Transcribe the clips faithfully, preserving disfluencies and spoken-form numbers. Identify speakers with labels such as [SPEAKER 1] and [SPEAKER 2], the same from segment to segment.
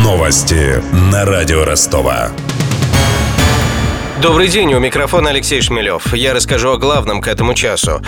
[SPEAKER 1] Новости на радио Ростова.
[SPEAKER 2] Добрый день, у микрофона Алексей Шмелев. Я расскажу о главном к этому часу.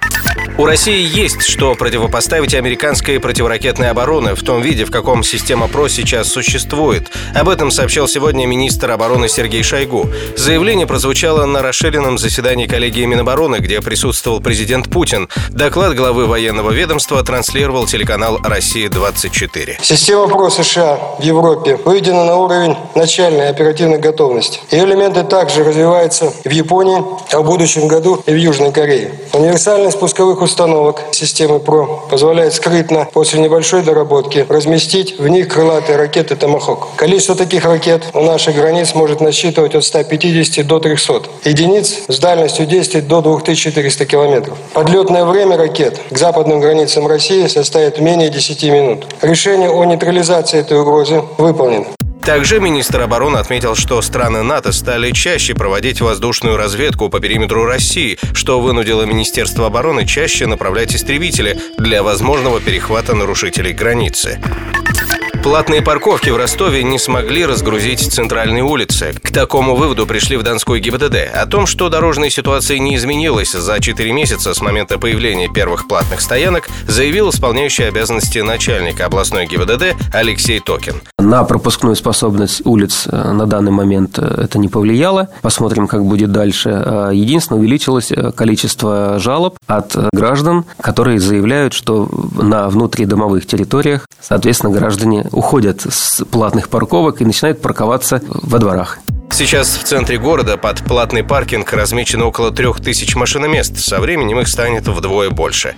[SPEAKER 2] У России есть что противопоставить американской противоракетной обороне в том виде, в каком система ПРО сейчас существует. Об этом сообщил сегодня министр обороны Сергей Шойгу. Заявление прозвучало на расширенном заседании коллегии Минобороны, где присутствовал президент Путин. Доклад главы военного ведомства транслировал телеканал «Россия-двадцать четыре».
[SPEAKER 3] Система ПРО США в Европе выведена на уровень начальной оперативной готовности. Ее элементы также развиваются в Японии, а в будущем году и в Южной Корее. Универсальность пусковых установок системы ПРО позволяет скрытно, после небольшой доработки, разместить в них крылатые ракеты «Томахок». Количество таких ракет у наших границ может насчитывать от ста пятидесяти до трехсот единиц с дальностью действия до двух тысяч четырёхсот километров. Подлетное время ракет к западным границам России составит менее десяти минут. Решение о нейтрализации этой угрозы выполнено.
[SPEAKER 2] Также министр обороны отметил, что страны НАТО стали чаще проводить воздушную разведку по периметру России, что вынудило Министерство обороны чаще направлять истребители для возможного перехвата нарушителей границы. Платные парковки в Ростове не смогли разгрузить центральные улицы. К такому выводу пришли в Донской ГИБДД. О том, что дорожная ситуация не изменилась за четыре месяца с момента появления первых платных стоянок, заявил исполняющий обязанности начальника областной ГИБДД Алексей Токин.
[SPEAKER 4] На пропускную способность улиц на данный момент это не повлияло. Посмотрим, как будет дальше. Единственное, увеличилось количество жалоб от граждан, которые заявляют, что на внутридомовых территориях, соответственно, граждане уходят с платных парковок и начинают парковаться во дворах.
[SPEAKER 2] Сейчас в центре города под платный паркинг размечено около трех тысяч машиномест. Со временем их станет вдвое больше.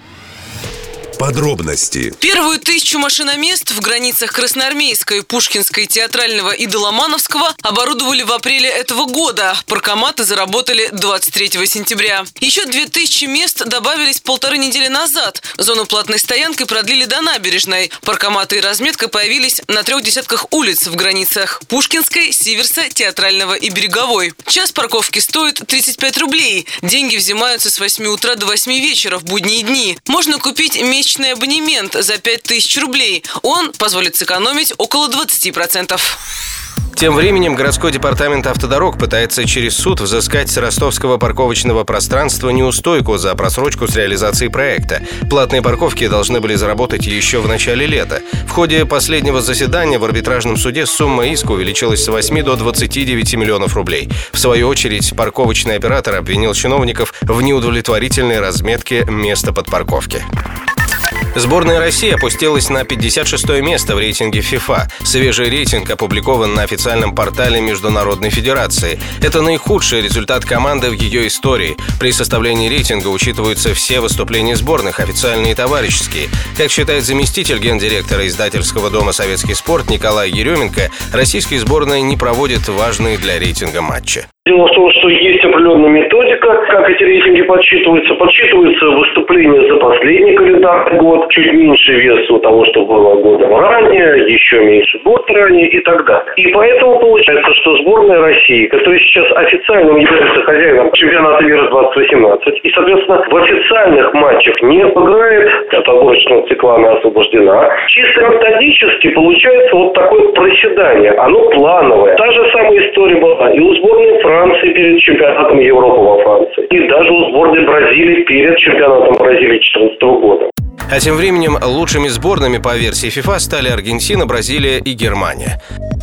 [SPEAKER 1] Подробности.
[SPEAKER 5] Первую тысячу машиномест в границах Красноармейской, Пушкинской, Театрального и Доломановского оборудовали в апреле этого года. Паркоматы заработали двадцать третьего сентября. Еще две тысячи мест добавились полторы недели назад. Зону платной стоянкой продлили до набережной. Паркоматы и разметка появились на трех десятках улиц в границах Пушкинской, Сиверса, Театрального и Береговой. Час парковки стоит тридцать пять рублей. Деньги взимаются с восьми утра до восьми вечера в будние дни. Можно купить месячный абонемент за пять тысяч рублей. Он позволит сэкономить около двадцати процентов.
[SPEAKER 2] Тем временем городской департамент автодорог пытается через суд взыскать с ростовского парковочного пространства неустойку за просрочку с реализацией проекта. Платные парковки должны были заработать еще в начале лета. В ходе последнего заседания в арбитражном суде сумма иска увеличилась с восьми до двадцати девяти миллионов рублей. В свою очередь, парковочный оператор обвинил чиновников в неудовлетворительной разметке места под парковки. Сборная России опустилась на пятьдесят шестое место в рейтинге ФИФА. Свежий рейтинг опубликован на официальном портале Международной Федерации. Это наихудший результат команды в ее истории. При составлении рейтинга учитываются все выступления сборных, официальные и товарищеские. Как считает заместитель гендиректора издательского дома «Советский спорт» Николай Еременко, российская сборная не проводит важные для рейтинга матчи.
[SPEAKER 6] Дело в том, что есть определенная методика, как эти рейтинги подсчитываются. Подсчитываются выступления за последний календарный год, чуть меньше вес у того, что было годом ранее, еще меньше год ранее и так далее. И поэтому получается, что сборная России, которая сейчас официально является хозяином чемпионата мира двадцать восемнадцать, и, соответственно, в официальных матчах не играет, от отборочного цикла она освобождена, чисто методически получается вот такое проседание. Оно плановое. Та же самая история была и у сборной Франции перед чемпионатом Европы во Франции. И даже у сборной Бразилии перед чемпионатом Бразилии две тысячи четырнадцатого года.
[SPEAKER 2] А тем временем лучшими сборными по версии ФИФА стали Аргентина, Бразилия и Германия.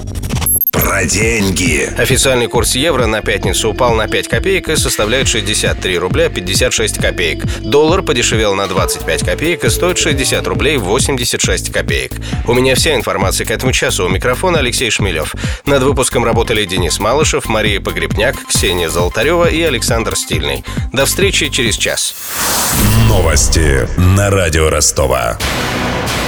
[SPEAKER 1] Про деньги.
[SPEAKER 2] Официальный курс евро на пятницу упал на пять копеек и составляет шестьдесят три рубля пятьдесят шесть копеек. Доллар подешевел на двадцать пять копеек и стоит шестьдесят рублей восемьдесят шесть копеек. У меня вся информация к этому часу. У микрофона Алексей Шмелев. Над выпуском работали Денис Малышев, Мария Погребняк, Ксения Золотарева и Александр Стильный. До встречи через час.
[SPEAKER 1] Новости на радио Ростова.